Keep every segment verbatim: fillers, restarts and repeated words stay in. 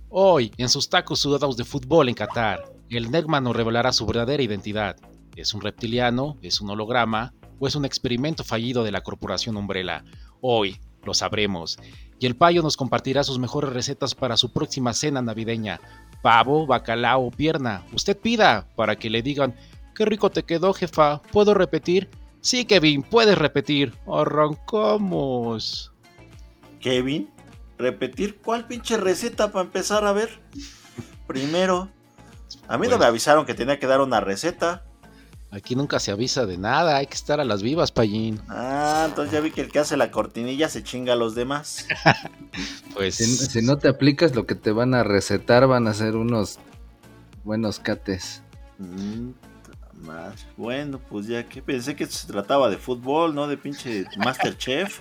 Hoy, en sus tacos sudados de fútbol en Qatar, el Negma nos revelará su verdadera identidad. ¿Es un reptiliano? ¿Es un holograma? ¿O es un experimento fallido de la corporación Umbrella? Hoy lo sabremos. Y el payo nos compartirá sus mejores recetas para su próxima cena navideña. Pavo, bacalao o pierna. Usted pida para que le digan, qué rico te quedó, jefa. ¿Puedo repetir? Sí, Kevin, puedes repetir. Arrancamos. Kevin, ¿repetir cuál pinche receta para empezar a ver? Primero, a mí Pues, no me avisaron que tenía que dar una receta. aquí nunca se avisa de nada, hay que estar a las vivas, payín. Ah, entonces ya vi que el que hace la cortinilla se chinga a los demás. Pues, Si, si no te aplicas lo que te van a recetar, van a ser unos buenos cates. Mm, madre. Bueno, pues ya que pensé que se trataba de fútbol, ¿no? De pinche Masterchef.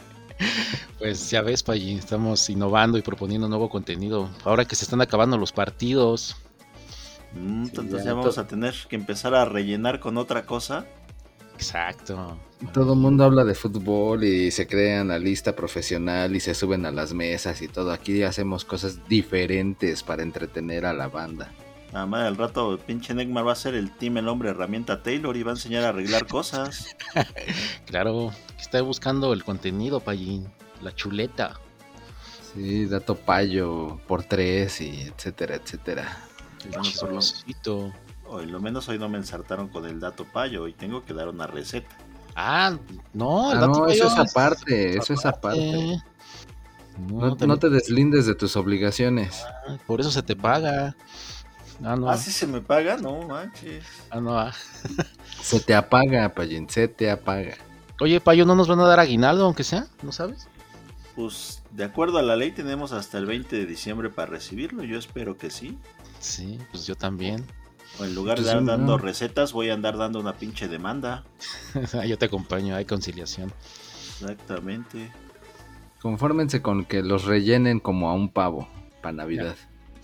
pues ya ves, payín, estamos innovando y proponiendo nuevo contenido. Ahora que se están acabando los partidos. Mm, Sí, entonces ya ya vamos to- a tener que empezar a rellenar con otra cosa. Exacto. Todo el mundo habla de fútbol y se crea analista profesional y se suben a las mesas y todo. Aquí hacemos cosas diferentes para entretener a la banda. Nada más al rato el pinche Neymar va a ser el team el hombre herramienta Taylor y va a enseñar a arreglar cosas. Claro, está buscando el contenido, payín. La chuleta. Sí, dato payo por tres y etcétera, etcétera. El Bueno, por lo- chismosito. Hoy lo menos hoy no me ensartaron con el dato payo, hoy tengo que dar una receta. Ah, no, el Ah, dato no, payo eso es aparte, eso es aparte. No, No, no también- te deslindes de tus obligaciones. por eso se te paga. Ah, no. Ah, sí se me paga, no manches. Ah, no. ah. Se te apaga, Payín, se te apaga. Oye, payo, ¿no nos van a dar aguinaldo, aunque sea? ¿No sabes? Pues de acuerdo a la ley tenemos hasta el veinte de diciembre para recibirlo, yo espero que sí. Sí, pues yo también. O en lugar de Pues, andar no. dando recetas, voy a andar dando una pinche demanda. Yo te acompaño, hay conciliación. Exactamente. Confórmense con que los rellenen como a un pavo para Navidad.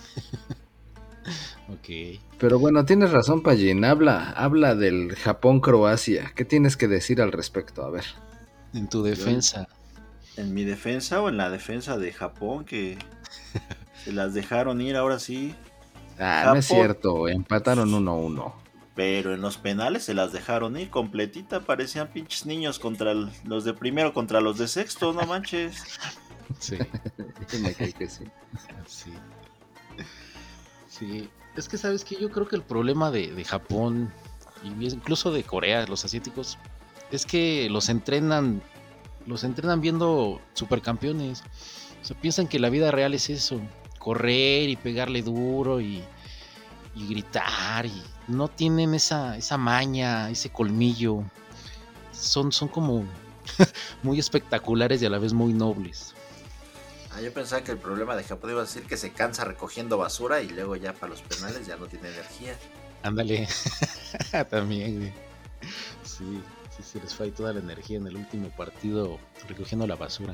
Ok. Pero bueno, tienes razón, Payín. Habla, habla del Japón-Croacia. ¿Qué tienes que decir al respecto? A ver. En tu defensa. En mi defensa o en la defensa de Japón, que se las dejaron ir ahora sí. Ah, Japón. no es cierto. Empataron uno a uno. Pero en los penales se las dejaron ir completita. Parecían pinches niños contra el- los de primero contra los de sexto, no manches. Sí, Me cae que sí. sí. Sí. Es que, ¿sabes qué? Yo creo que el problema de, de Japón, y incluso de Corea, los asiáticos, es que los entrenan, los entrenan viendo supercampeones. O sea, piensan que la vida real es eso, correr y pegarle duro y, y gritar, y no tienen esa, esa maña, ese colmillo. Son, son como muy espectaculares y a la vez muy nobles. Ah, yo pensaba que el problema de Japón iba a decir que se cansa recogiendo basura y luego ya para los penales ya no tiene energía. Ándale, también, güey. Sí, sí, se les fue toda la energía en el último partido recogiendo la basura.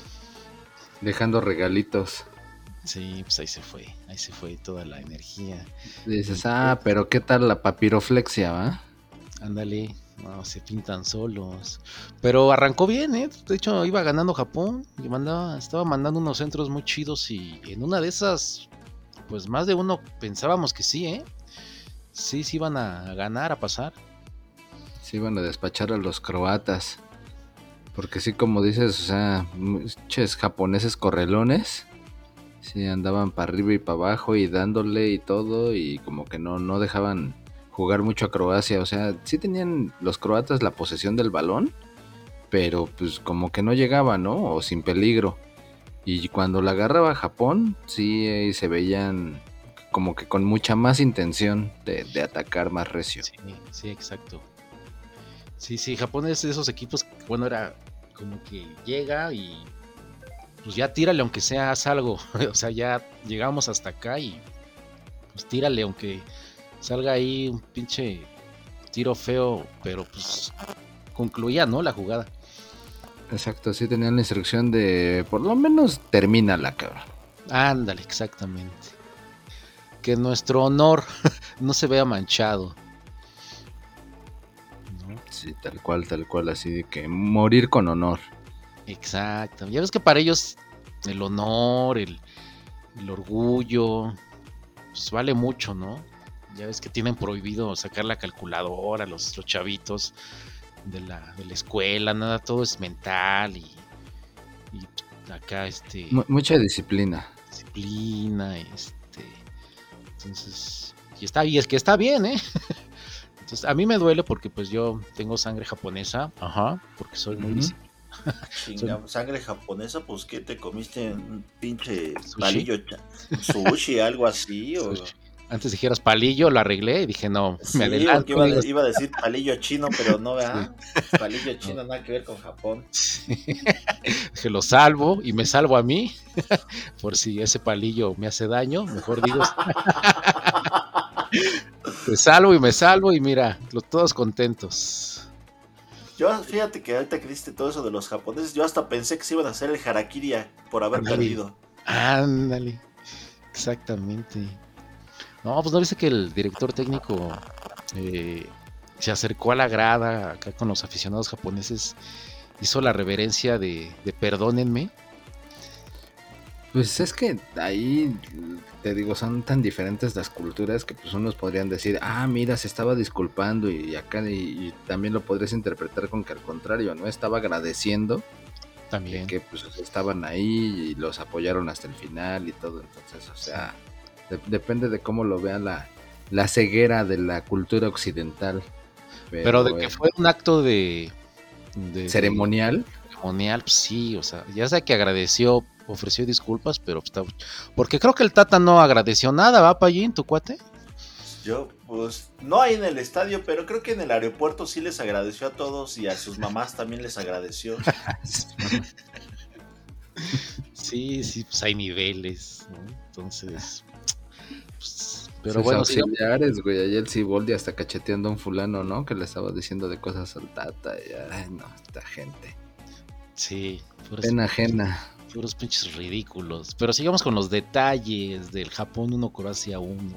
Dejando regalitos. Sí, pues ahí se fue, ahí se fue toda la energía. Dices, ah, pero ¿qué tal la papiroflexia, va? Ándale, no, se pintan solos. Pero arrancó bien, ¿eh? De hecho, iba ganando Japón y mandaba, estaba mandando unos centros muy chidos y en una de esas, pues más de uno pensábamos que sí, ¿eh? Sí, sí iban a ganar, a pasar. Sí, iban a despachar a los croatas. Porque sí, como dices, o sea, muchos japoneses correlones. Sí, andaban para arriba y para abajo y dándole y todo. Y como que no, no dejaban jugar mucho a Croacia. O sea, sí tenían los croatas la posesión del balón. Pero pues como que no llegaba, ¿no? O sin peligro. Y cuando la agarraba Japón, sí eh, se veían como que con mucha más intención de, de atacar más recio. Sí, sí, exacto. Sí, sí, Japón es de esos equipos que, bueno, era como que llega y pues ya tírale aunque sea, haz algo. O sea, ya llegamos hasta acá y pues tírale aunque salga ahí un pinche tiro feo, pero pues concluía, ¿no? La jugada. Exacto, sí tenían la instrucción de por lo menos termínala, cabrón. Ándale, exactamente. Que nuestro honor no se vea manchado. ¿No? Sí, tal cual, tal cual, así de que morir con honor. Exacto. Ya ves que para ellos el honor, el, el orgullo, pues vale mucho, ¿no? Ya ves que tienen prohibido sacar la calculadora, los, los chavitos de la, de la escuela, nada, todo es mental y, y acá este M- mucha disciplina. disciplina, este, entonces, y está, y es que está bien, ¿eh? Entonces, a mí me duele porque pues yo tengo sangre japonesa, ajá, porque soy muy Ujú. disciplinado. Chinga, sangre japonesa, pues ¿qué te comiste? Un pinche ¿Sushi? palillo, cha- un sushi, algo así, o... Sushi. Antes dijeras palillo, lo arreglé y dije, no, me Sí, porque adelanto, iba, digo, de- iba a decir palillo chino, pero no, sí, ¿verdad? Palillo no, chino, nada que ver con Japón. sí. Dije, lo salvo y me salvo a mí, por si ese palillo me hace daño, mejor digo, te salvo y me salvo y mira, los, todos contentos. Yo, fíjate que ahorita que diste todo eso de los japoneses, yo hasta pensé que se iban a hacer el harakiri por haber Ándale, perdido. ándale, exactamente. No, pues no viste que el director técnico eh, se acercó a la grada acá con los aficionados japoneses, hizo la reverencia de, de perdónenme. Pues es que ahí, te digo, son tan diferentes las culturas que pues unos podrían decir, ah, mira, se estaba disculpando y acá y, y también lo podrías interpretar con que al contrario, ¿no? Estaba agradeciendo de También. que pues estaban ahí y los apoyaron hasta el final y todo, entonces, o sea, de- depende de cómo lo vea la, la ceguera de la cultura occidental, Pero pero de que eh, fue un acto de, de, de ceremonial, ceremonial, pues sí, o sea, ya sea que agradeció, ofreció disculpas, pero pues, está- porque creo que el Tata no agradeció nada, ¿va, Payín, tu cuate? Yo, pues, no hay en el estadio, pero creo que en el aeropuerto sí les agradeció a todos y a sus mamás también les agradeció. Sí, sí, pues hay niveles, ¿no? Entonces, pues, pero sus bueno, sigamos. auxiliares, güey, ayer el Siboldi hasta cacheteando a un fulano, ¿no? Que le estaba diciendo de cosas al Tata, y ay, no, esta gente, Sí, puros, pena ajena. puros pinches ridículos. Pero sigamos con los detalles del Japón uno Croacia uno.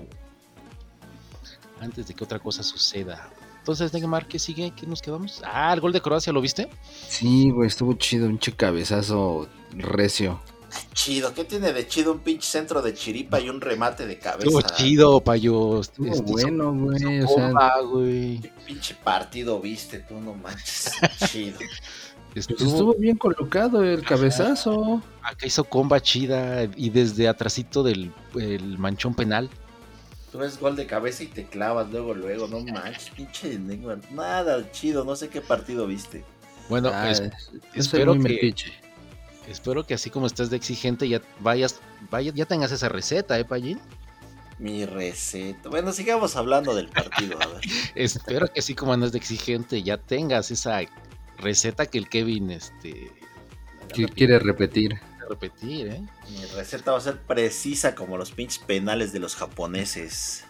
Antes de que otra cosa suceda. Entonces, Neymar, ¿qué sigue? ¿Qué nos quedamos? Ah, el gol de Croacia, ¿lo viste? Sí, güey, estuvo chido, un che cabezazo recio. Chido, ¿qué tiene de chido un pinche centro de chiripa y un remate de Estuvo cabeza? chido, Payo. Estuvo Este, hizo, bueno, hizo güey, o sea, comba, güey. ¿Qué pinche partido viste tú? No manches, chido. pues Estuvo, estuvo bien colocado el cabezazo. acá hizo comba chida y desde atrasito del el manchón penal. Tú ves gol de cabeza y te clavas luego, luego, no manches, pinche Neymar. Nada chido, no sé qué partido viste. Bueno, Ah, es- yo soy espero muy que metiche. espero que así como estás de exigente ya vayas, vaya, ya tengas esa receta, ¿eh, Payín? Mi receta. Bueno, sigamos hablando del partido, a ver. Espero que así como andas de exigente ya tengas esa receta que el Kevin este Que anda quiere repetir. pidiendo repetir, ¿eh? Mi receta va a ser precisa como los pinches penales de los japoneses.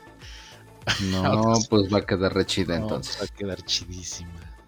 No, pues va a quedar re chida No, entonces. va a quedar chidísima.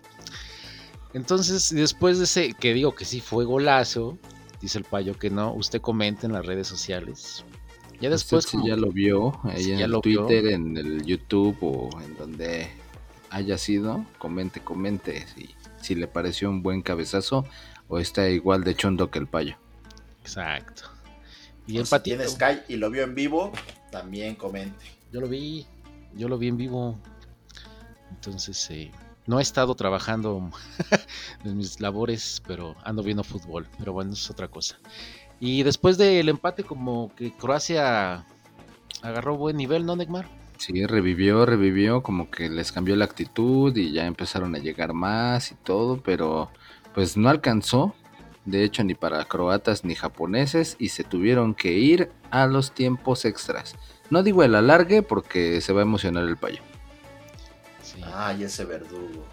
Entonces, después de ese, que digo que sí fue golazo, dice el Payo que no, usted comenta en las redes sociales. Ya Usted después, si como ya que- lo vio ahí si en ya el lo Twitter, vio. en el YouTube o en donde haya sido, comente, comente si, si le pareció un buen cabezazo o está igual de chondo que el Payo. Exacto. Y O si empatito. tiene Sky y lo vio en vivo, también comente. Yo lo vi, yo lo vi en vivo. Entonces, eh, no he estado trabajando en mis labores, pero ando viendo fútbol. Pero bueno, eso es otra cosa. Y después del empate, como que Croacia agarró buen nivel, ¿no, Neymar? Sí, revivió, revivió, como que les cambió la actitud y ya empezaron a llegar más y todo, pero pues no alcanzó, de hecho, ni para croatas ni japoneses y se tuvieron que ir a los tiempos extras. No digo el alargue porque se va a emocionar el Payo. Sí. Ay, ese verdugo.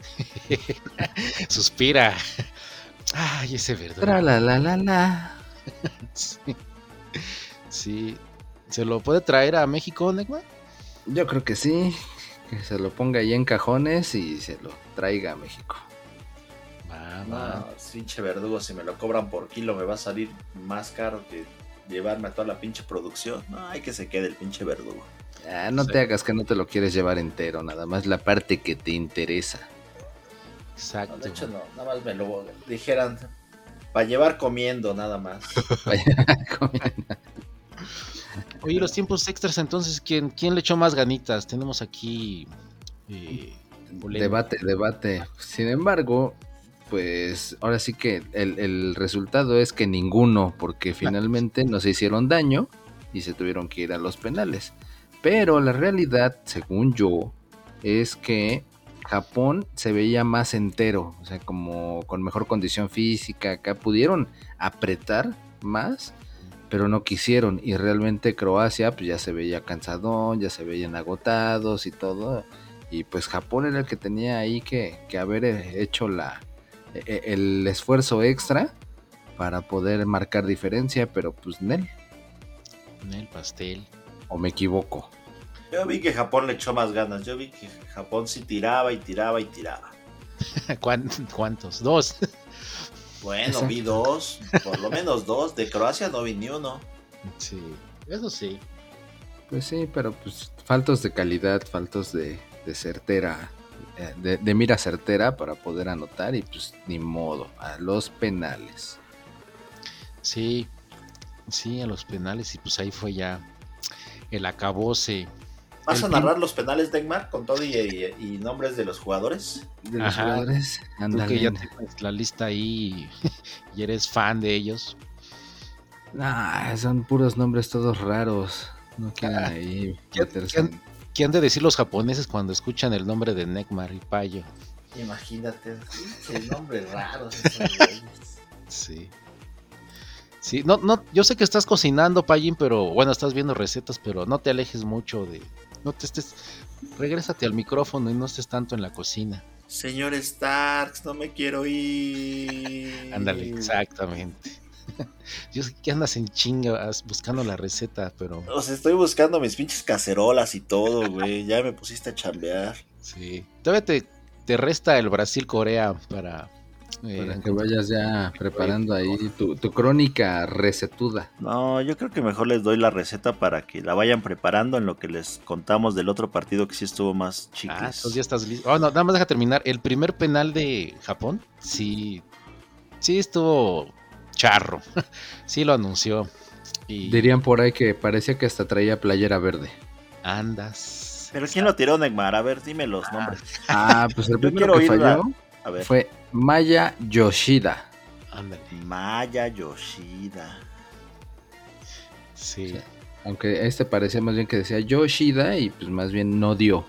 Suspira. Ay, ese verdugo. Tra la la la la. Sí. Sí. ¿Se lo puede traer a México, Neymar? Yo creo que sí, que se lo ponga ahí en cajones y se lo traiga a México. Va, va. No, pinche verdugo, si me lo cobran por kilo me va a salir más caro que llevarme a toda la pinche producción. No, hay que se quede el pinche verdugo. Ah, no Sí. te hagas que no te lo quieres llevar entero, nada más la parte que te interesa. No, Exacto. de hecho, no, nada más me lo dijeran para llevar comiendo, nada más. Oye, los tiempos extras, entonces, ¿quién, quién le echó más ganitas? Tenemos aquí... Eh, debate, debate. Sin embargo, pues ahora sí que el, el resultado es que ninguno, porque finalmente no se hicieron daño y se tuvieron que ir a los penales. Pero la realidad, según yo, es que Japón se veía más entero, o sea, como con mejor condición física, acá pudieron apretar más, pero no quisieron, y realmente Croacia pues ya se veía cansadón, ya se veían agotados y todo, y pues Japón era el que tenía ahí que, que haber hecho la, el esfuerzo extra para poder marcar diferencia, pero pues Nel. Nel pastel. ¿O me equivoco? Yo vi que Japón le echó más ganas. Yo vi que Japón sí tiraba y tiraba y tiraba. ¿Cuántos? Dos. Bueno, Exacto. Vi dos, por lo menos dos. De Croacia no vi ni uno. Sí, eso sí. Pues sí, pero pues faltos de calidad, faltos de, de certera, de, de mira certera para poder anotar y pues ni modo, a los penales. Sí, sí, a los penales y pues ahí fue ya el acabose. ¿Vas el a narrar pin... los penales, Neymar, con todo y, y, y nombres de los jugadores? De los Ajá. jugadores, Tú que ya tienes la lista ahí y eres fan de ellos. Nah, son puros nombres todos raros. No quieren ah, ahí ¿qué, meterse ¿qué, han, ¿Qué han de decir los japoneses cuando escuchan el nombre de Neymar y Payo? Imagínate, el nombre raro. Sí. Sí, no, no, yo sé que estás cocinando, Payín, pero bueno, estás viendo recetas, pero no te alejes mucho de, no te estés, regrésate al micrófono y no estés tanto en la cocina. Señor Starks, no me quiero ir. Ándale, exactamente. Yo sé que andas en chingas buscando la receta, pero... O sea, estoy buscando mis pinches cacerolas y todo, güey, ya me pusiste a chambear. Sí, todavía te, te resta el Brasil-Corea para... Eh, para que vayas ya preparando ahí tu, tu crónica recetuda. No, yo creo que mejor les doy la receta para que la vayan preparando en lo que les contamos del otro partido que sí estuvo más chicles. Ah, entonces ya estás listo. Oh, no, nada más deja terminar. El primer penal de Japón, sí, sí estuvo charro. Sí lo anunció. Y... Dirían por ahí que parecía que hasta traía playera verde. Andas. ¿Pero quién lo tiró, Neymar? A ver, dime los ah, nombres. Ah, pues el primero que falló... La... A ver. Fue Maya Yoshida. Ándale. Maya Yoshida. Sí. O sea, aunque este parecía más bien que decía Yoshida y pues más bien no dio.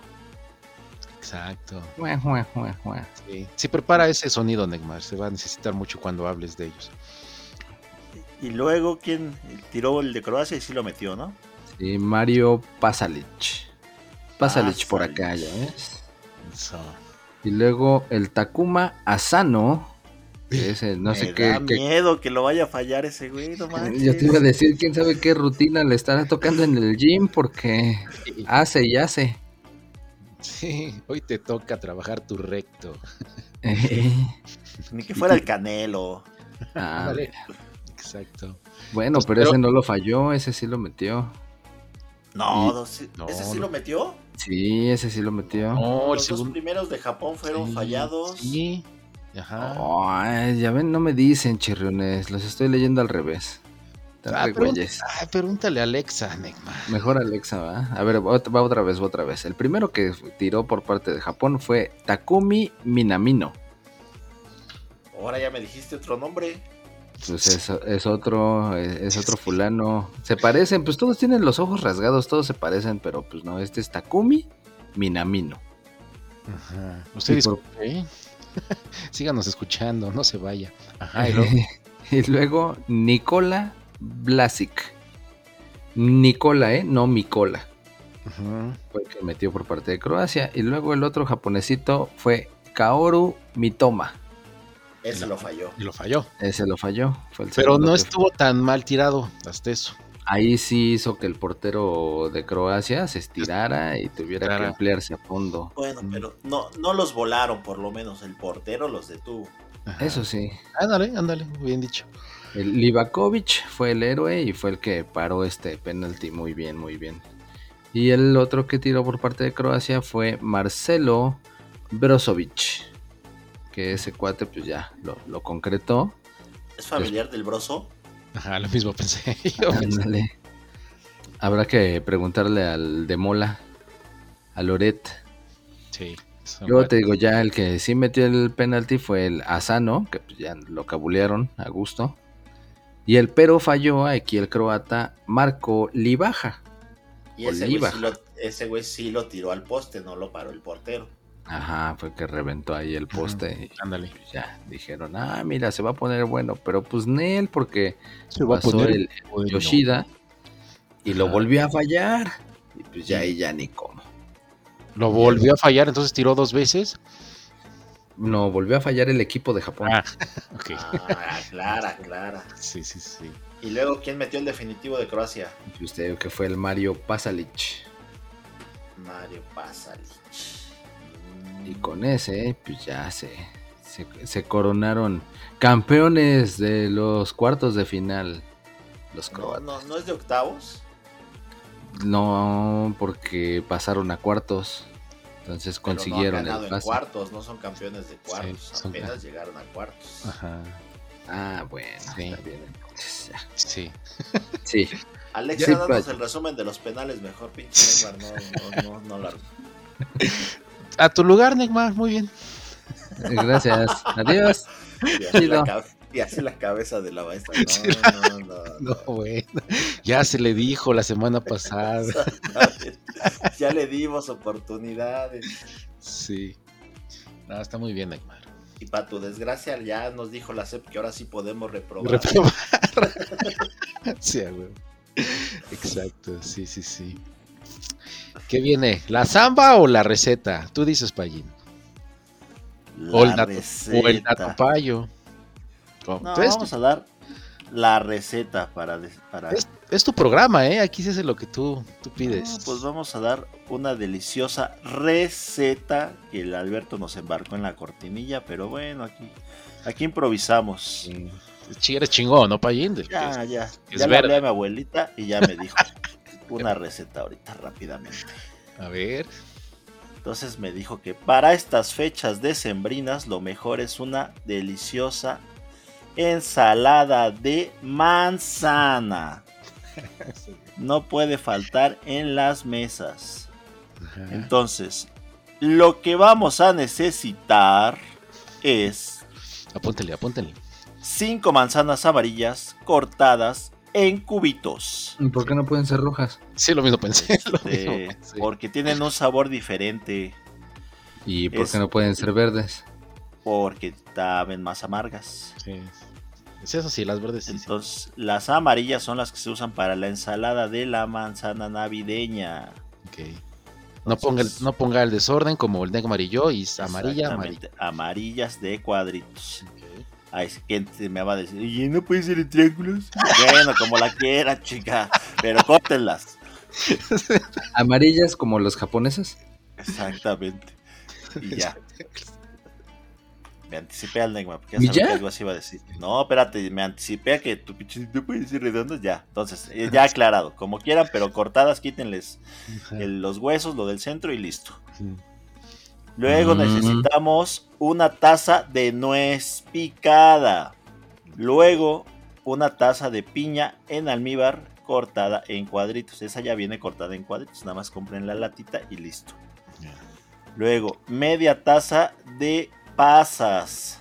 Exacto. Jue, jue, jue, jue. Sí. Sí, prepara ese sonido, Neymar. Se va a necesitar mucho cuando hables de ellos. Y luego, ¿quién tiró el de Croacia y sí lo metió, no? Sí, Mario Pasalic. Pasalic, Pasalic. Por acá, ya ves. Eso. Y luego el Takuma Asano, que es el no Me sé da qué. Da miedo que lo vaya a fallar ese güey, no manches. Yo te iba a decir, quién sabe qué rutina le estará tocando en el gym, porque sí. hace y hace. Sí, hoy te toca trabajar tu recto. Eh. Ni que fuera el Canelo. Ah, vale. Exacto. Bueno, pues, pero, pero ese no lo falló, ese sí lo metió. No, y... ¿ese sí no. lo metió? Sí, ese sí lo metió. No, los segundo... dos primeros de Japón fueron sí, fallados. Sí. Ajá. Oh, ya ven, no me dicen, chirriones, los estoy leyendo al revés. Ah, pregunt... ah, pregúntale a Alexa, Neymar. Mejor Alexa, ¿va? A ver, va otra vez, va otra vez. El primero que tiró por parte de Japón fue Takumi Minamino. Ahora ya me dijiste otro nombre. Pues es, es otro, es otro fulano. Se parecen, pues todos tienen los ojos rasgados, todos se parecen, pero pues no, este es Takumi Minamino. Ajá. Usted disculpe, por... ¿eh? Síganos escuchando, no se vaya. Ajá, y luego, y luego Nikola Vlasic. Nikola, ¿eh? No Mikola. Ajá. Fue el que metió por parte de Croacia. Y luego el otro japonesito fue Kaoru Mitoma. Ese lo falló. Y lo falló. Ese lo falló. Fue el Pero no estuvo fue. tan mal tirado hasta eso. Ahí sí hizo que el portero de Croacia se estirara y tuviera Estará. que ampliarse a fondo. Bueno, pero no, no los volaron, por lo menos el portero los detuvo. Ajá. Eso sí. Ándale, ándale, bien dicho. El Livakovic fue el héroe y fue el que paró este penalti muy bien, muy bien. Y el otro que tiró por parte de Croacia fue Marcelo Brozovic. Que ese cuate pues ya lo, lo concretó. ¿Es familiar Después... del Broso? Ajá, lo mismo pensé. Ándale. Habrá que preguntarle al de Mola, a Loret. Sí. Luego te digo, ya el que sí metió el penalti fue el Asano, que pues ya lo cabulearon a gusto. Y el pero falló aquí el croata Marco Livaja. Y ese güey, sí lo, ese güey sí lo tiró al poste, no lo paró el portero. Ajá, fue que reventó ahí el poste. Uh-huh. Y ándale. Pues ya dijeron, ah, mira, se va a poner bueno. Pero pues Nel, porque se va pasó a poner el bueno. Yoshida y Ajá. lo volvió a fallar. Y pues ya ahí ya ni cómo. ¿Lo volvió a fallar? Entonces tiró dos veces. No, volvió a fallar el equipo de Japón. Ah, okay. ah clara, clara. Sí, sí, sí. ¿Y luego quién metió el definitivo de Croacia? Y usted que fue el Mario Pasalic. Mario Pasalic. Y con ese, pues ya se, se, se coronaron campeones de los cuartos de final. Los croatas. No, no, ¿no es de octavos? No, porque pasaron a cuartos. Entonces Pero consiguieron no han el pase. En cuartos, no son campeones de cuartos, sí, apenas son... llegaron a cuartos. Ajá. Ah, bueno, sí. Está bien entonces. Ya. Sí. Sí. Alexa, sí, danos pues... el resumen de los penales mejor, pinche Neymar, no, no, no, no largo. A tu lugar, Neymar, muy bien. Gracias. Adiós. Y hace, la, y hace la cabeza de la maestra. No, no, no. No, no bueno. Ya se le dijo la semana pasada. Ya le dimos oportunidades. Sí. No, está muy bien, Neymar. Y para tu desgracia, ya nos dijo la S E P que ahora sí podemos reprobar. Reprobar. Sí, güey. Exacto, sí, sí, sí. ¿Qué viene? ¿La samba o la receta? Tú dices, Payín. La o el dato, receta. O el dato payo. No, vamos a dar la receta para... para... Es, es tu programa, ¿eh? Aquí se hace lo que tú, tú pides. No, pues vamos a dar una deliciosa receta que el Alberto nos embarcó en la cortinilla, pero bueno, aquí, aquí improvisamos. Sí, eres chingón, ¿no, Payín? Ya, ya. Ya le hablé a mi abuelita y ya me dijo una receta ahorita rápidamente. A ver... Entonces me dijo que para estas fechas decembrinas lo mejor es una deliciosa ensalada de manzana. No puede faltar en las mesas. Ajá. Entonces, lo que vamos a necesitar es... Apúntale, apúntale. Cinco manzanas amarillas cortadas en cubitos. ¿Por qué no pueden ser rojas? Sí, lo mismo pensé. Este, lo mismo pensé. Porque tienen un sabor diferente. ¿Y por qué es, no pueden ser verdes? Porque saben más amargas. Sí. Es eso sí, las verdes sí. Entonces, sí. Las amarillas son las que se usan para la ensalada de la manzana navideña. Ok. No, Entonces, ponga, el, no ponga el desorden como el de amarillo y amarilla, amarilla. Amarillas de cuadritos. Okay. Ay, que me va a decir, ¿y no puede ser en triángulos? Bueno, como la quiera, chica, pero córtenlas. ¿Amarillas como los japoneses? Exactamente. Y ya. Me anticipé al Neymar, porque ya sabía que algo así iba a decir. No, espérate, me anticipé a que tu pinche no puede ser redondos, ya. Entonces, ya aclarado, como quieran, pero cortadas, quítenles el, los huesos, lo del centro y listo. Sí. Luego mm. necesitamos una taza de nuez picada. Luego una taza de piña en almíbar cortada en cuadritos. Esa ya viene cortada en cuadritos. Nada más compren la latita y listo. Yeah. Luego media taza de pasas.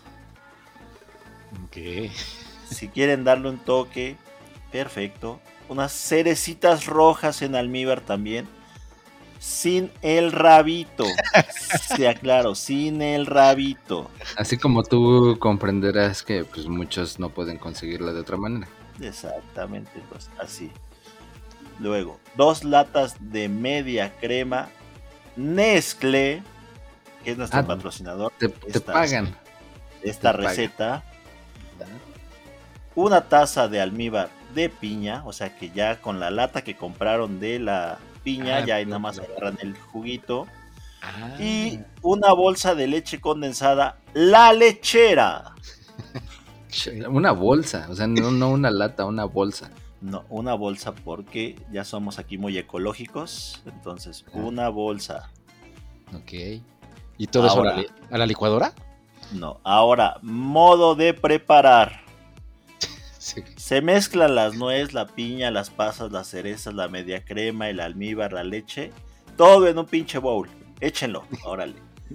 Okay. Si quieren darle un toque, perfecto. Unas cerecitas rojas en almíbar también. Sin el rabito. Sí, aclaro, sin el rabito. Así como tú comprenderás que pues muchos no pueden conseguirla de otra manera. Exactamente, pues así. Luego, dos latas de media crema Nestlé, que es nuestro ah, patrocinador. Te, te esta, pagan. Esta te receta. Pagan. Una taza de almíbar de piña, o sea que ya con la lata que compraron de la piña, ah, ya ahí nada más agarran el juguito. Ah. Y una bolsa de leche condensada, la lechera. Una bolsa, o sea, no, no una lata, una bolsa. No, una bolsa porque ya somos aquí muy ecológicos, entonces ah. una bolsa. Ok. ¿Y todo ahora, eso a la, a la licuadora? No, ahora, modo de preparar. Sí. Se mezclan las nueces, la piña, las pasas, las cerezas, la media crema, el almíbar, la leche. Todo en un pinche bowl. Échenlo, órale.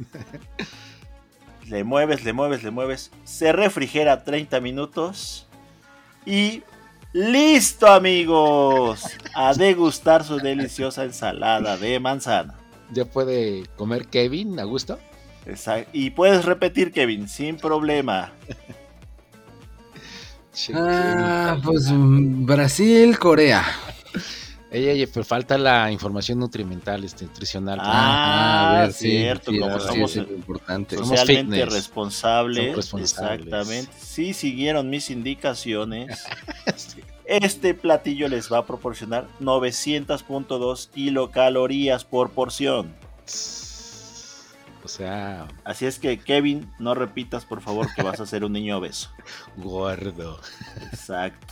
Le mueves, le mueves, le mueves. Se refrigera treinta minutos. Y ¡listo, amigos! A degustar su deliciosa ensalada de manzana. ¿Ya puede comer Kevin a gusto? Exacto. Y puedes repetir, Kevin, sin problema. Ah, pues Brasil, Corea. Ey, ey, pero falta la información nutrimental, este, nutricional. Ah, ah a ver, cierto, sí, como sí, somos sí, importante. socialmente somos responsables, responsables. Exactamente. Sí, siguieron mis indicaciones. Sí. Este platillo les va a proporcionar novecientos punto dos kilocalorías por porción. O sea... Así es que, Kevin, no repitas, por favor, que vas a ser un niño obeso. Gordo. Exacto.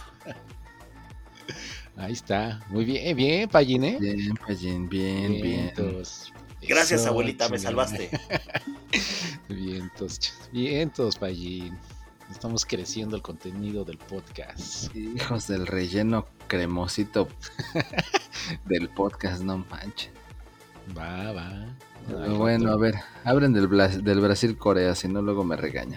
Ahí está. Muy bien, bien, Payín, ¿eh? Bien, Payín, bien, vientos. bien. Gracias, Eso, abuelita, chingada. Me salvaste. Vientos, vientos, Payín. Estamos creciendo el contenido del podcast. Hijos del relleno cremosito del podcast, no manches. Va, va. Ay, bueno, a ver, abren del, del Brasil-Corea, si no luego me regañan.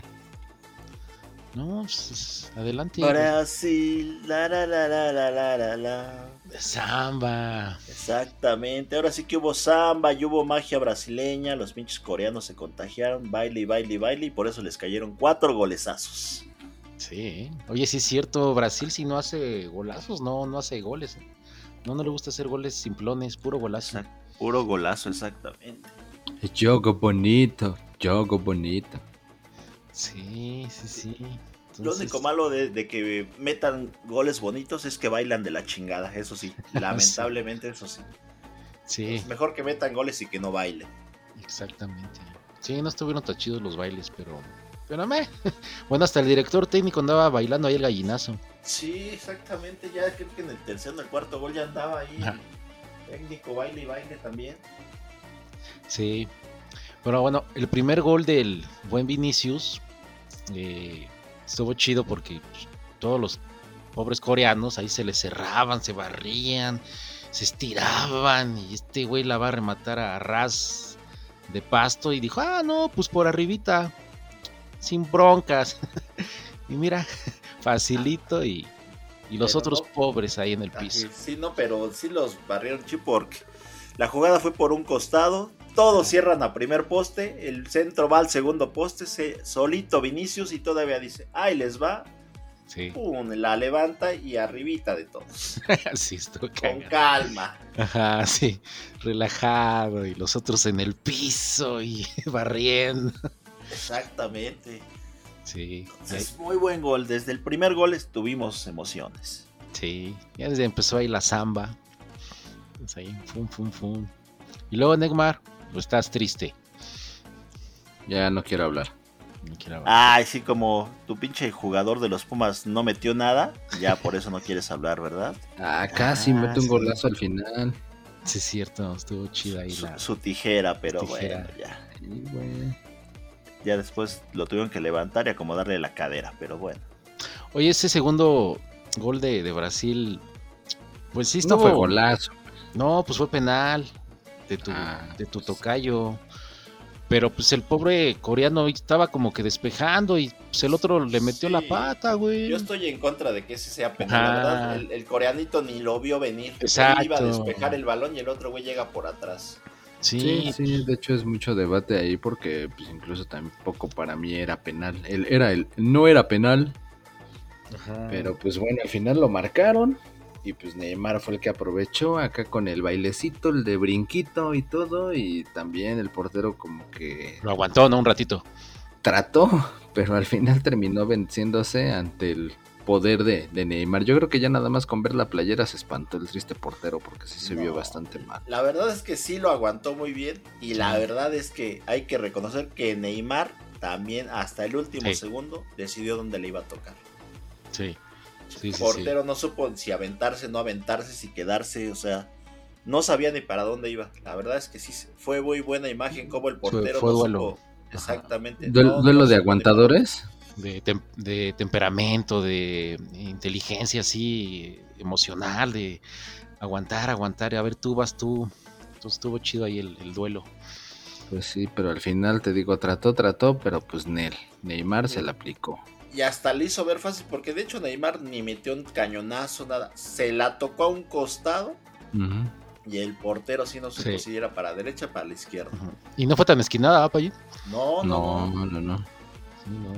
No, pues, adelante. Brasil, la la la la la la la la. Samba. Exactamente, ahora sí que hubo samba y hubo magia brasileña, los pinches coreanos se contagiaron, baile y baile y baile, y por eso les cayeron cuatro golezazos. Sí, oye, sí es cierto, Brasil si no hace golazos, no, no hace goles. No, no le gusta hacer goles simplones, puro golazo. Exacto, puro golazo, exactamente. Jogo bonito, jogo bonito. Sí, sí, sí. Entonces... Lo único malo de, de que metan goles bonitos es que bailan de la chingada, eso sí. Lamentablemente, eso sí. Sí. Es mejor que metan goles y que no bailen. Exactamente. Sí, no estuvieron tan chidos los bailes, pero... Pero me... Bueno, hasta el director técnico andaba bailando ahí el gallinazo. Sí, exactamente. Ya creo que en el tercer o el cuarto gol ya andaba ahí. Ajá. Técnico, baile y baile también. Sí. Pero bueno, el primer gol del buen Vinicius... Eh, estuvo chido porque todos los pobres coreanos ahí se les cerraban, se barrían, se estiraban y este güey la va a rematar a ras de pasto y dijo, ah no, pues por arribita, sin broncas. Y mira, facilito y, y los pero otros no, pobres ahí en el piso. Sí, no, pero sí los barrieron chido porque la jugada fue por un costado. Todos cierran a primer poste, el centro va al segundo poste, se, solito Vinicius y todavía dice, ahí les va, sí. Pum, la levanta y arribita de todos. Sí, estuvo con cagado. Calma. Ajá, sí, relajado y los otros en el piso y barriendo. Exactamente. Sí. Entonces, muy buen gol, desde el primer gol tuvimos emociones. Sí, ya desde empezó ahí la samba. Pues ahí, fum, fum, fum. Y luego, Neymar, ¿o estás triste? Ya no quiero hablar. No quiero hablar. Ay, sí, como tu pinche jugador de los Pumas no metió nada, ya por eso no quieres hablar, ¿verdad? Ah, casi ah, mete un sí. golazo al final. Sí, es cierto, estuvo chida ahí su, la... Su tijera, pero tijera. Bueno, ya. Sí, güey. Ya después lo tuvieron que levantar y acomodarle la cadera, pero bueno. Oye, ese segundo gol de, de Brasil, pues sí estuvo... No fue golazo. No, pues fue penal. De tu, ah, de tu tocayo, pero pues el pobre coreano estaba como que despejando y pues el otro le metió sí, la pata, güey. Yo estoy en contra de que ese sea penal, la verdad, el, el coreanito ni lo vio venir. Exacto. Él iba a despejar el balón y el otro güey llega por atrás. Sí, sí, sí, de hecho es mucho debate ahí porque pues incluso tampoco para mí era penal, él era el, no era penal, ajá. Pero pues bueno, al final lo marcaron. Y pues Neymar fue el que aprovechó acá con el bailecito, el de brinquito y todo. Y también el portero como que... Lo aguantó, ¿no? Un ratito. Trató, pero al final terminó venciéndose ante el poder de, de Neymar. Yo creo que ya nada más con ver la playera se espantó el triste portero porque sí se no, vio bastante mal. La verdad es que sí lo aguantó muy bien. Y sí. La verdad es que hay que reconocer que Neymar también hasta el último sí. segundo decidió dónde le iba a tocar. Sí. Sí, sí, portero sí. No supo si aventarse, no aventarse, si quedarse, o sea, no sabía ni para dónde iba. La verdad es que sí fue muy buena imagen como el portero fue, fue no duelo. supo exactamente. ¿Duelo, no, duelo no de aguantadores? de, tem- de temperamento, de inteligencia así, emocional, de aguantar, aguantar. A ver, tú vas tú. Entonces estuvo chido ahí el, el duelo. Pues sí, pero al final te digo, trató, trató, pero pues Nel, Neymar se la aplicó. Y hasta le hizo ver fácil, porque de hecho Neymar ni metió un cañonazo, nada. Se la tocó a un costado. Uh-huh. Y el portero sí no supo sí. si era para derecha o para la izquierda. Uh-huh. Y no fue tan esquinada, ¿ah, Payín? No, no, no, no, no. Sí, no.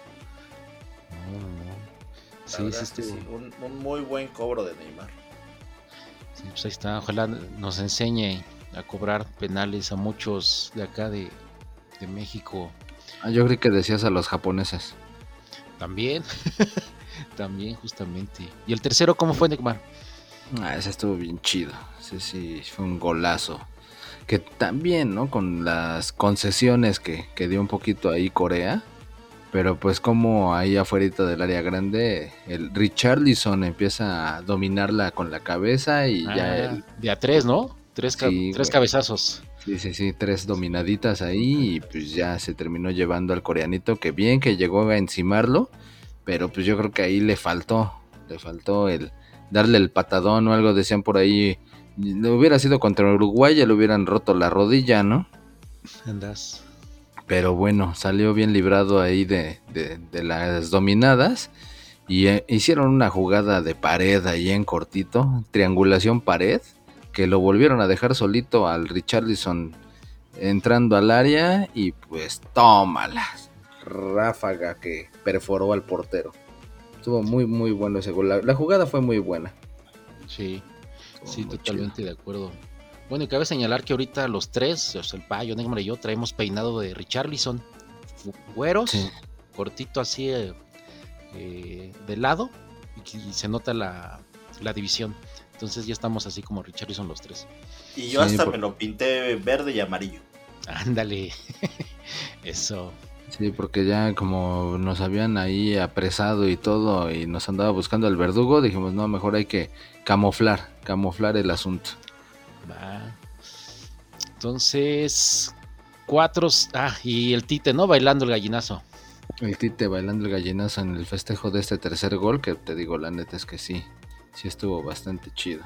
No, no. Sí, sí, sí, sí. Un, un muy buen cobro de Neymar. Sí, pues ahí está. Ojalá nos enseñe a cobrar penales a muchos de acá de, de México. Ah, yo creí que decías a los japoneses. También. También, justamente. ¿Y el tercero cómo fue, Neymar? Ah, ese estuvo bien chido. Ese sí fue un golazo. Que también, ¿no? Con las concesiones que, que dio un poquito ahí Corea. Pero pues como ahí afuera del área grande, el Richarlison empieza a dominarla con la cabeza y ah, ya el... De a tres, ¿no? Tres, ca- sí, tres cabezazos. Sí, sí, sí, tres dominaditas ahí y pues ya se terminó llevando al coreanito, que bien que llegó a encimarlo, pero pues yo creo que ahí le faltó, le faltó el darle el patadón o algo, decían por ahí, le hubiera sido contra Uruguay, ya le hubieran roto la rodilla, ¿no? Andas. Pero bueno, salió bien librado ahí de, de, de las dominadas y eh, hicieron una jugada de pared ahí en cortito, triangulación pared, que lo volvieron a dejar solito al Richarlison entrando al área y pues tómala, ráfaga que perforó al portero. Estuvo muy muy bueno ese gol, la, la jugada fue muy buena. Sí, Estuvo sí, totalmente chido. De acuerdo. Bueno, y cabe señalar que ahorita los tres, o sea, el Payo, Neymar y yo, traemos peinado de Richarlison, güeros, sí. Cortito así eh, eh, de lado, y, y se nota la, la división. Entonces ya estamos así como Richarlison los tres. Y yo sí, hasta por... me lo pinté verde y amarillo. Ándale, eso. Sí, porque ya como nos habían ahí apresado y todo, y nos andaba buscando el verdugo, dijimos, no, mejor hay que camuflar, camuflar el asunto. Va. Entonces, cuatro. Ah, y el Tite, ¿no? Bailando el gallinazo. El Tite bailando el gallinazo en el festejo de este tercer gol, que te digo, la neta es que sí, sí estuvo bastante chido.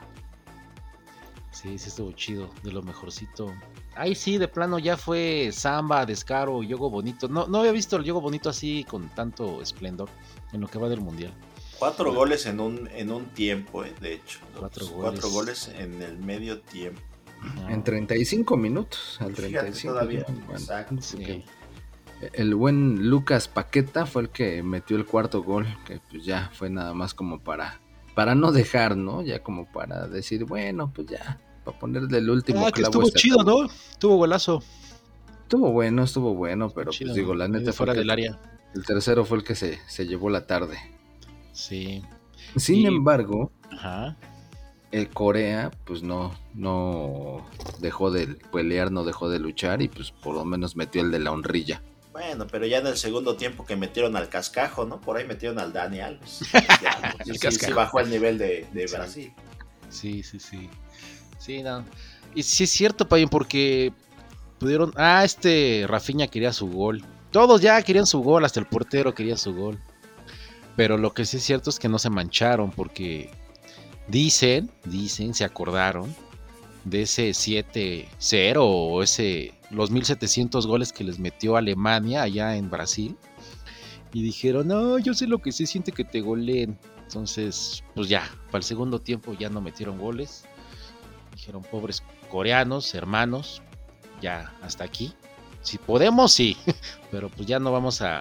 Sí, sí estuvo chido, de lo mejorcito. Ay, sí, de plano ya fue samba, descaro, yogo bonito. No, no había visto el yogo bonito así con tanto esplendor en lo que va del mundial. Cuatro bueno. goles en un en un tiempo, eh, de hecho. Cuatro goles. Cuatro goles en el medio tiempo. No. En treinta y cinco minutos. Al treinta y cinco todavía. Bueno, exacto. Sí. El buen Lucas Paqueta fue el que metió el cuarto gol, que pues ya fue nada más como para para no dejar, ¿no? Ya como para decir, bueno, pues ya, para ponerle el último ah, clavo. Que estuvo chido, ataúd. ¿No? Estuvo golazo. Estuvo bueno, estuvo bueno, pero chido, pues digo, la neta fuera fue del área. El tercero fue el que se, se llevó la tarde. Sí. Sin y... embargo, Ajá. el Corea, pues no, no dejó de pelear, no dejó de luchar y pues por lo menos metió el de la honrilla. Bueno, pero ya en el segundo tiempo que metieron al cascajo, ¿no? Por ahí metieron al Dani Alves. Ya, pues, el sí, sí bajó el nivel de, de Brasil. Sí, sí, sí. Sí, no. Y sí es cierto, Payón, porque pudieron... Ah, este Rafinha quería su gol. Todos ya querían su gol, hasta el portero quería su gol. Pero lo que sí es cierto es que no se mancharon, porque dicen, dicen, se acordaron de ese siete cero o ese... los mil setecientos goles que les metió Alemania allá en Brasil, y dijeron, no, yo sé lo que se siente que te goleen. Entonces, pues ya, para el segundo tiempo ya no metieron goles, dijeron, pobres coreanos, hermanos, ya hasta aquí, si podemos, sí, pero pues ya no vamos a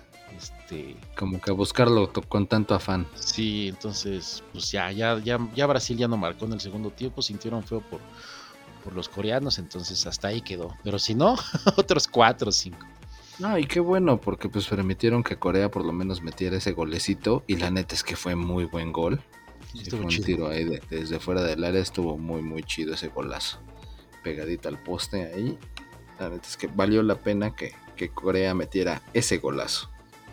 este como que a buscarlo con tanto afán. Sí, entonces, pues ya, ya, ya, ya Brasil ya no marcó en el segundo tiempo, sintieron feo por por los coreanos, entonces hasta ahí quedó. Pero si no, otros cuatro o cinco. No, y qué bueno, porque pues permitieron que Corea por lo menos metiera ese golecito, y la neta es que fue muy buen gol. Sí, fue un chido. Tiro ahí de, desde fuera del área, estuvo muy muy chido ese golazo. Pegadito al poste ahí. La neta es que valió la pena que, que Corea metiera ese golazo.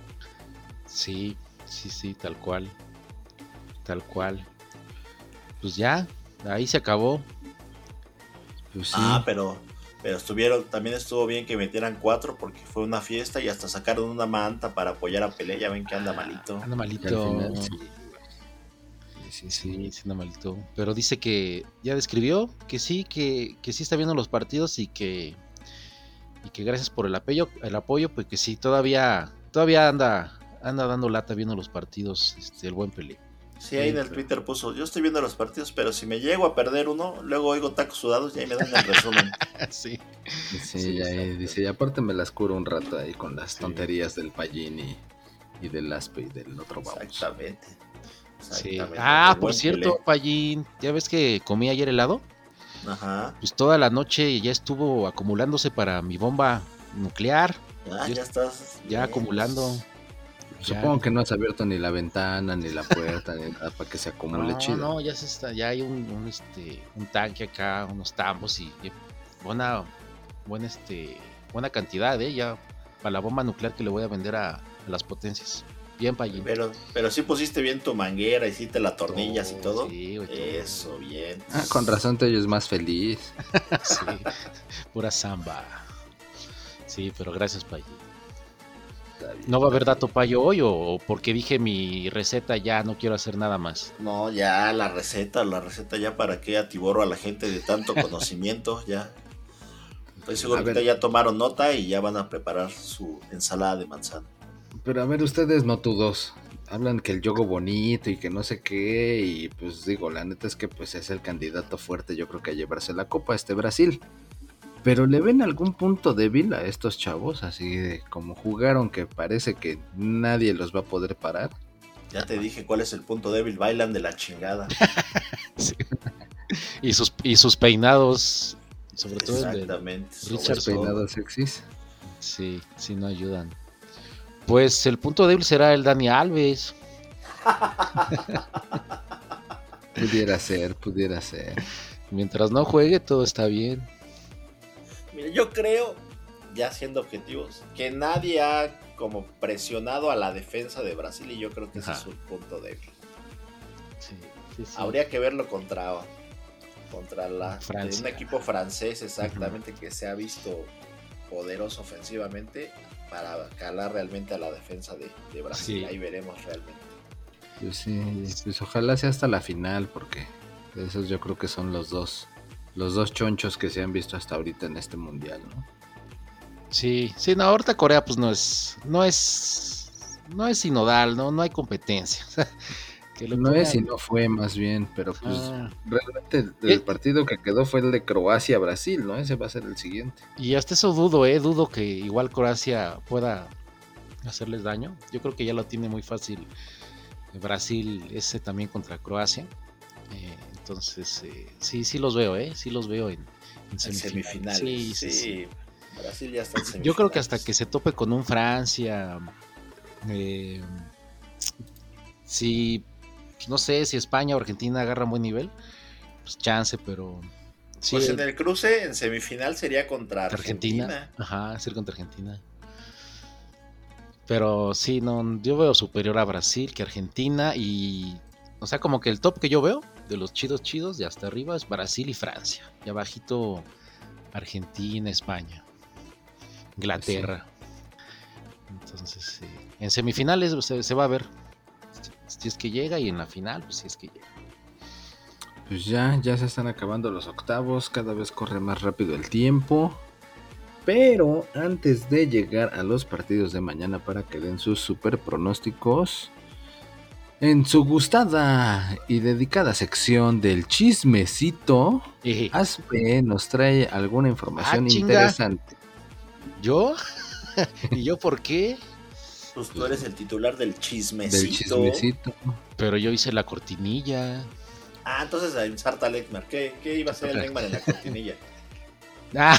Sí, sí, sí, tal cual. Tal cual. Pues ya, ahí se acabó. Pues sí. Ah, pero Pero estuvieron, también estuvo bien que metieran cuatro porque fue una fiesta y hasta sacaron una manta para apoyar a Pelé. Ya ven que anda malito. Anda malito. Final, sí. Sí, sí, sí, sí, anda malito. Pero dice que ya describió que sí, que, que sí está viendo los partidos y que y que gracias por el apoyo, el apoyo, pues que sí, todavía, todavía anda, anda dando lata viendo los partidos, este, el buen Pelé. Sí, ahí en el Twitter puso, yo estoy viendo los partidos, pero si me llego a perder uno, luego oigo tacos sudados y ahí me dan el resumen. sí. Sí, sí, ya ahí dice, y aparte me las curo un rato ahí con las sí. tonterías del Pallín y, y del Aspe y del otro vamos. Exactamente. Exactamente. Sí. Ah, por cierto, Pelé. Pallín, ¿ya ves que comí ayer helado? Ajá. Pues toda la noche ya estuvo acumulándose para mi bomba nuclear. Ah, ya, ya estás. Ya bien. acumulando. Supongo ya. que no has abierto ni la ventana, ni la puerta, ni nada para que se acumule no, chido. No, ya se está, ya hay un, un este un tanque acá, unos tambos y, y buena, buena este, buena cantidad, eh, ya para la bomba nuclear que le voy a vender a, a las potencias. Bien, Pallín. Pero, pero sí pusiste bien tu manguera, hiciste las tornillas oh, y todo. Sí, güey, eso, todo. Bien. Ah, con razón te oyes más feliz. Sí, pura samba. Sí, pero gracias, Pallín. ¿No va a haber dato payo hoy o porque dije mi receta ya no quiero hacer nada más? No, ya la receta, la receta ya para qué atiborro a la gente de tanto conocimiento, ya. Estoy seguro que ya tomaron nota y ya van a preparar su ensalada de manzana. Pero a ver, ustedes no todos hablan que el yogo bonito y que no sé qué, y pues digo, la neta es que pues es el candidato fuerte, yo creo que a llevarse la copa este Brasil. Pero ¿le ven algún punto débil a estos chavos? Así de como jugaron que parece que nadie los va a poder parar. Ya te dije cuál es el punto débil, bailan de la chingada. Sí. Y sus y sus peinados, sobre todo exactamente, el de Richard los peinados sexys. Sí, sí no ayudan. Pues el punto débil será el Dani Alves. Pudiera ser, pudiera ser. Mientras no juegue, todo está bien. Mira, yo creo, ya siendo objetivos, que nadie ha como presionado a la defensa de Brasil y yo creo que Ajá. ese es su punto débil. Sí, sí, sí. Habría que verlo contra, contra la, un equipo francés exactamente uh-huh. que se ha visto poderoso ofensivamente para calar realmente a la defensa de, de Brasil. Sí. Ahí veremos realmente. Pues sí, pues ojalá sea hasta la final porque esos yo creo que son los dos. Los dos chonchos que se han visto hasta ahorita en este mundial, ¿no? Sí, sí, no, ahorita Corea pues no es, no es, no es sinodal, no, no hay competencia. que lo no pongan... es y no fue más bien, pero pues ah. realmente el, el partido que quedó fue el de Croacia-Brasil, ¿no? Ese va a ser el siguiente. Y hasta eso dudo, eh, dudo que igual Croacia pueda hacerles daño. Yo creo que ya lo tiene muy fácil Brasil ese también contra Croacia. Eh, Entonces, eh, sí, sí los veo, ¿eh? Sí los veo en, en semifinales. Sí, sí, sí. Brasil ya está en semifinales. Yo creo que hasta que se tope con un Francia, eh, si, no sé, si España o Argentina agarran buen nivel, pues chance, pero... Sí, pues en el cruce, en semifinal sería contra Argentina. Argentina. Ajá, ser contra Argentina. Pero sí, no, yo veo superior a Brasil que Argentina y... O sea, como que el top que yo veo de los chidos chidos de hasta arriba es Brasil y Francia. Y abajito Argentina, España, Inglaterra. Sí. Entonces, sí. En semifinales se, se va a ver si es que llega y en la final, pues si es que llega. Pues ya, ya se están acabando los octavos, cada vez corre más rápido el tiempo. Pero antes de llegar a los partidos de mañana para que den sus super pronósticos... En su gustada y dedicada sección del chismecito, eh. Aspe nos trae alguna información ah, interesante. ¿Yo? ¿Y yo por qué? Pues tú eres el titular del chismecito. Del chismecito. Pero yo hice la cortinilla. Ah, entonces a ensarta al Ekmar. ¿Qué, ¿Qué iba a hacer el Ekmar en la cortinilla? Ah.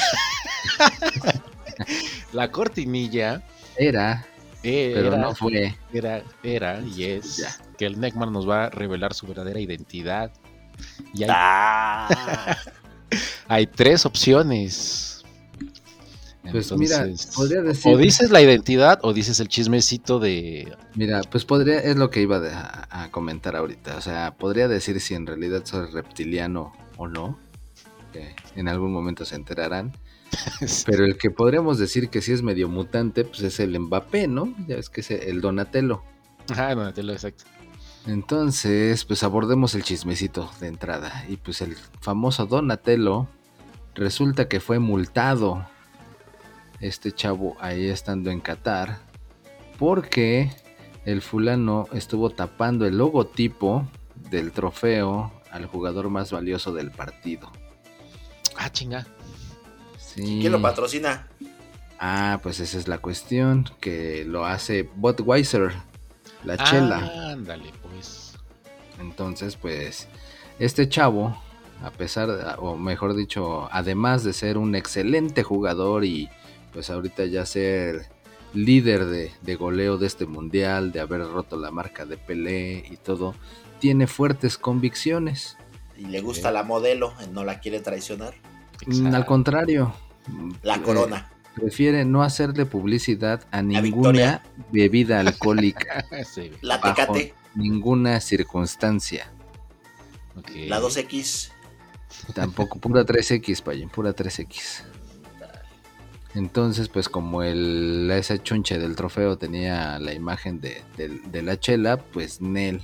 La cortinilla era... Era, pero no fue. Era, era y es ya. Que el Neckman nos va a revelar su verdadera identidad. Y hay, ah. hay tres opciones. Pues Entonces, mira, podría decir. O dices la identidad o dices el chismecito de. Mira, pues podría, es lo que iba a, a comentar ahorita. O sea, podría decir si en realidad soy reptiliano o no. Que en algún momento se enterarán. Pero el que podríamos decir que sí es medio mutante, pues es el Mbappé, ¿no? Ya ves que es el Donatello. Ajá, Donatello, exacto. Entonces, pues abordemos el chismecito de entrada. Y pues el famoso Donatello resulta que fue multado, este chavo ahí estando en Qatar, porque el fulano estuvo tapando el logotipo del trofeo al jugador más valioso del partido. Ah, chinga. Sí. ¿Quién lo patrocina? Ah, pues esa es la cuestión, que lo hace Budweiser, la chela. Ah, ándale, pues. Entonces, pues, este chavo, a pesar, de, o mejor dicho, además de ser un excelente jugador y pues ahorita ya ser líder de, de goleo de este mundial, de haber roto la marca de Pelé y todo, tiene fuertes convicciones. Y le gusta la modelo, no la quiere traicionar. Exacto. Al contrario, la corona. Eh, prefiere no hacerle publicidad a ninguna bebida alcohólica. Sí. La Tecate. Ninguna circunstancia. Okay. La dos equis. Tampoco, pura tres equis, Payen, pura tres equis. Entonces, pues como el, esa chunche del trofeo tenía la imagen de, de, de la chela, pues Nel.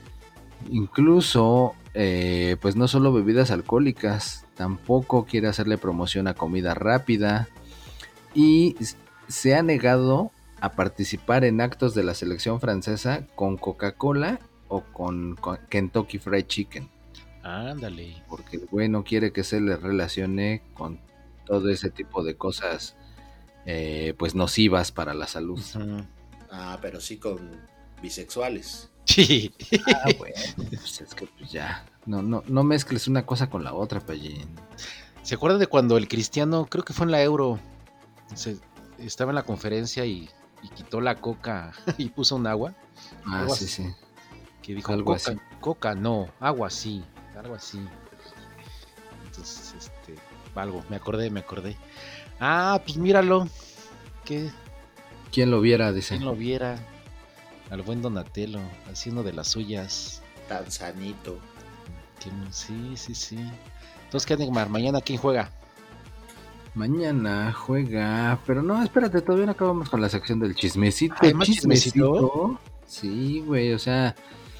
Incluso, eh, pues no solo bebidas alcohólicas, tampoco quiere hacerle promoción a comida rápida y se ha negado a participar en actos de la selección francesa con Coca-Cola o con, con Kentucky Fried Chicken. Ándale. Porque el güey no quiere que se le relacione con todo ese tipo de cosas eh, pues nocivas para la salud. Uh-huh. Ah, pero sí con bisexuales. Sí. Ah, bueno, pues es que pues ya, no, no, no mezcles una cosa con la otra, Pallín. ¿Se acuerdan de cuando el Cristiano, creo que fue en la Euro, se, estaba en la conferencia y, y quitó la coca y puso un agua? Ah, algo sí, así, sí. Que dijo, algo coca, así. Coca, no, agua sí, algo así. Entonces, este, algo, me acordé, me acordé. Ah, pues míralo. ¿Qué? ¿Quién lo viera? Dice. ¿Quién lo viera? Al buen Donatello, haciendo de las suyas. Tan sanito. Sí, sí, sí. Entonces, ¿qué, Neymar? ¿Mañana quién juega? Mañana juega, pero no, espérate, todavía no acabamos con la sección del chismecito. ¿Hay más chismecito? chismecito? Sí, güey, o sea,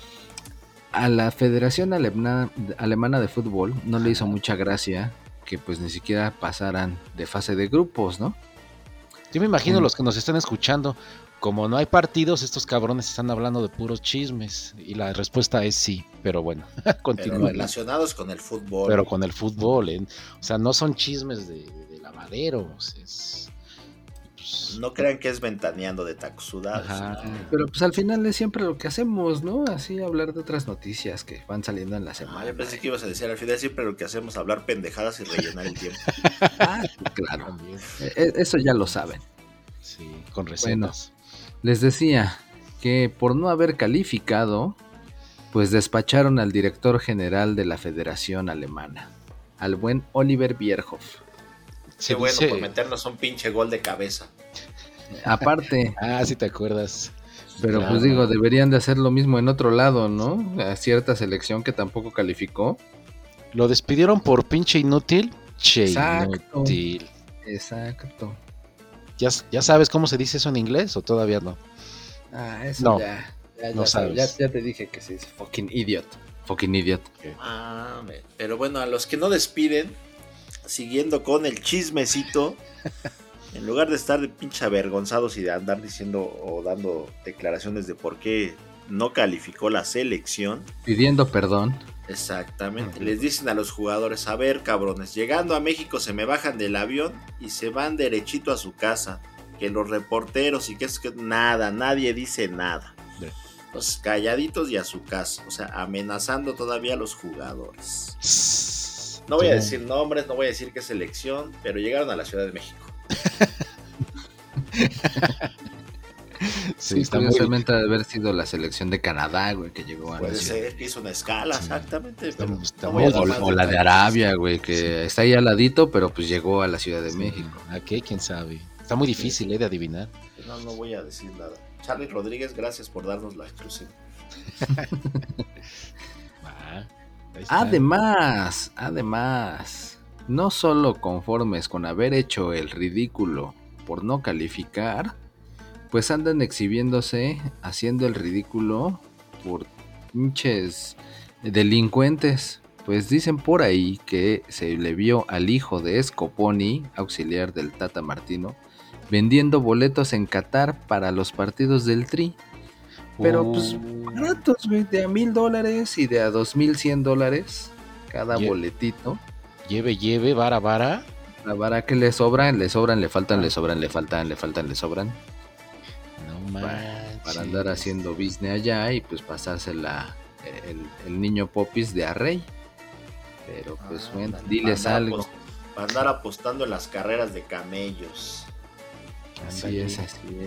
a la Federación Alemana, Alemana de Fútbol no le hizo mucha gracia que pues ni siquiera pasaran de fase de grupos, ¿no? Yo me imagino um, los que nos están escuchando, como no hay partidos, estos cabrones están hablando de puros chismes. Y la respuesta es sí, pero bueno, continúa. Pero relacionados con el fútbol. Pero con el fútbol, ¿eh? O sea, no son chismes de, de, de lavaderos. Es, pues, no crean que es ventaneando de tacos sudados. ¿No? Pero pues al final es siempre lo que hacemos, ¿no? Así hablar de otras noticias que van saliendo en la semana. Ah, yo pensé que ibas a decir, al final siempre lo que hacemos, hablar pendejadas y rellenar el tiempo. Ah, claro. También. Eso ya lo saben. Sí, con recetas. Bueno, les decía que por no haber calificado, pues despacharon al director general de la Federación Alemana, al buen Oliver Bierhoff. Qué bueno, dice... por meternos un pinche gol de cabeza. Aparte. Ah, sí te acuerdas. Pero claro. Pues digo, deberían de hacer lo mismo en otro lado, ¿no? A cierta selección que tampoco calificó. ¿Lo despidieron por pinche inútil? Che, Exacto. Inútil. Exacto. ¿Ya, ¿Ya sabes cómo se dice eso en inglés o todavía no? Ah, eso no, ya. Ya, no ya, sabes. Ya, ya te dije que sí, es fucking idiot. Fucking idiot. Okay. Ah, pero bueno, a los que no despiden, siguiendo con el chismecito, en lugar de estar de pinche avergonzados y de andar diciendo o dando declaraciones de por qué no calificó la selección, pidiendo perdón. Exactamente, uh-huh. Les dicen a los jugadores, a ver cabrones, llegando a México se me bajan del avión y se van derechito a su casa, que los reporteros y que es que nada, nadie dice nada. Yeah. Entonces calladitos y a su casa, o sea, amenazando todavía a los jugadores. No voy a decir nombres, no voy a decir qué selección, pero llegaron a la Ciudad de México. Sí, sí curiosamente muy... haber sido la selección de Canadá, güey, que llegó a Puede la ser que hizo una escala, sí. Exactamente. Está, pero está no o, o la de Arabia, güey, que sí. Está ahí al ladito, pero pues llegó a la Ciudad de sí. México. ¿A qué? ¿Quién sabe? Está muy difícil, sí. eh, de adivinar. No, no voy a decir nada. Charlie Rodríguez, gracias por darnos la exclusiva. ah, además, además, no solo conformes con haber hecho el ridículo por no calificar, pues andan exhibiéndose, haciendo el ridículo por pinches delincuentes. Pues dicen por ahí que se le vio al hijo de Scoponi, auxiliar del Tata Martino, vendiendo boletos en Qatar para los partidos del Tri. Pero uh. pues baratos, güey, de a mil dólares y de a dos mil cien dólares cada Lle- boletito. Lleve, lleve, vara, vara. La vara que le sobran, le sobran, le faltan, le sobran, le faltan, le faltan, le sobran. No manches. Para andar haciendo business allá y pues pasársela el, el niño Popis de a rey. Pero pues ah, bueno, diles para algo. Apost- para andar apostando en las carreras de camellos. Así Andale. es, así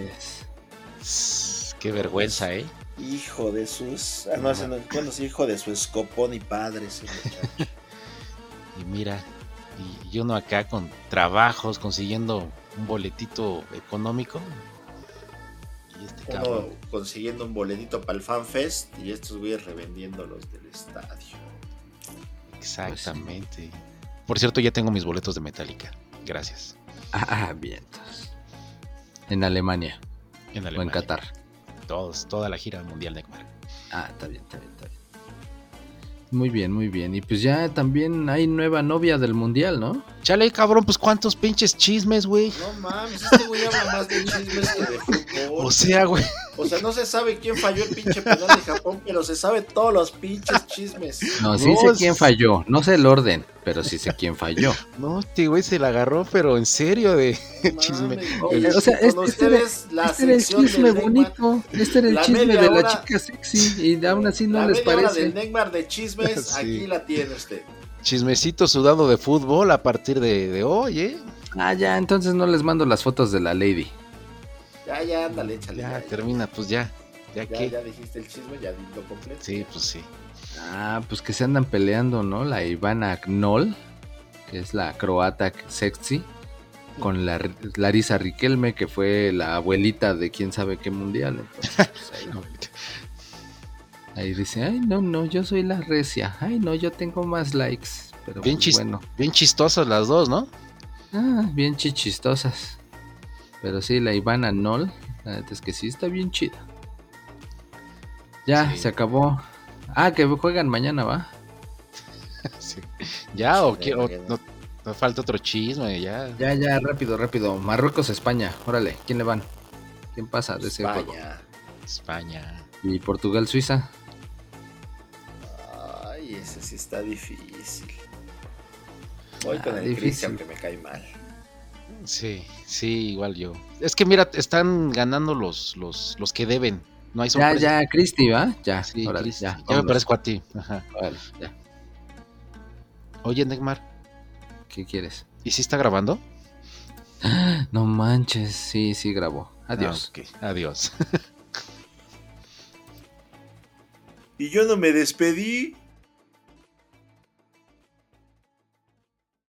es. Qué vergüenza, ¿eh? Hijo de sus... Ah, no, no, bueno, es hijo de su Scoponi padre ese muchacho. Y mira, y yo no acá con trabajos, consiguiendo un boletito económico. Y este Uno cabrón consiguiendo un boletito para el FanFest y estos güeyes revendiendo los del estadio. Exactamente. Pues sí. Por cierto, ya tengo mis boletos de Metallica. Gracias. Ah, bien. En Alemania. En Alemania. O en Qatar. Todos, toda la gira mundial de Neymar. Ah, está bien, está bien, está bien. Muy bien, muy bien. Y pues ya también hay nueva novia del mundial, ¿no? Chale, cabrón, pues cuántos pinches chismes, güey. No mames, este güey habla más de chismes que de fútbol. O sea, güey. O sea, no se sabe quién falló el pinche penal de Japón, pero se sabe todos los pinches chismes. No, sí no, sé es... quién falló, no sé el orden, pero sí sé quién falló. No, este güey se la agarró, pero en serio de no, chisme. Oye, o sea, este, este, era, la este era el chisme bonito, este era el la chisme de hora, la chica sexy, y aún así no les parece. La media hora del Neymar de chismes, sí. Aquí la tiene usted. Chismecito sudado de fútbol a partir de, de hoy, ¿eh? Ah, ya, entonces no les mando las fotos de la lady. Ya, ya, ándale, échale. Ya, ya termina, ya. pues ya. ¿Ya, ya, qué? ya dijiste el chisme, ya lo completo. Sí, pues sí. Ah, pues que se andan peleando, ¿no? La Ivana Knoll, que es la croata sexy, con la Larisa Riquelme, que fue la abuelita de quién sabe qué mundial. Entonces, pues ahí, ahí dice, ay, no, no, yo soy la recia. Ay, no, yo tengo más likes. Pero bien, pues, chis- bueno. bien chistosas las dos, ¿no? Ah, bien chichistosas. Pero sí, la Ivana Knoll, la neta es que sí está bien chida. Ya, sí. Se acabó. Ah, que juegan mañana, ¿va? Sí. ¿Ya sí, o qué? O, no, no falta otro chisme, ya. Ya, ya, rápido, rápido. Marruecos, España. Órale, ¿quién le van? ¿Quién pasa de ese España. juego? España. ¿Y Portugal, Suiza? Ay, ese sí está difícil. Voy ah, con el Cristian, que me cae mal. Sí, sí, igual yo. Es que mira, están ganando los, los, los que deben. No hay sorpresa. Ya, ya, Cristi, ¿va? Ya, sí, órale, Cristi. ya. Ya me parezco a ti. Ajá. Vale, ya. Oye, Neymar. ¿Qué quieres? ¿Y si está grabando? No manches, sí, sí grabó. Adiós. Ah, okay. Adiós. Y yo no me despedí.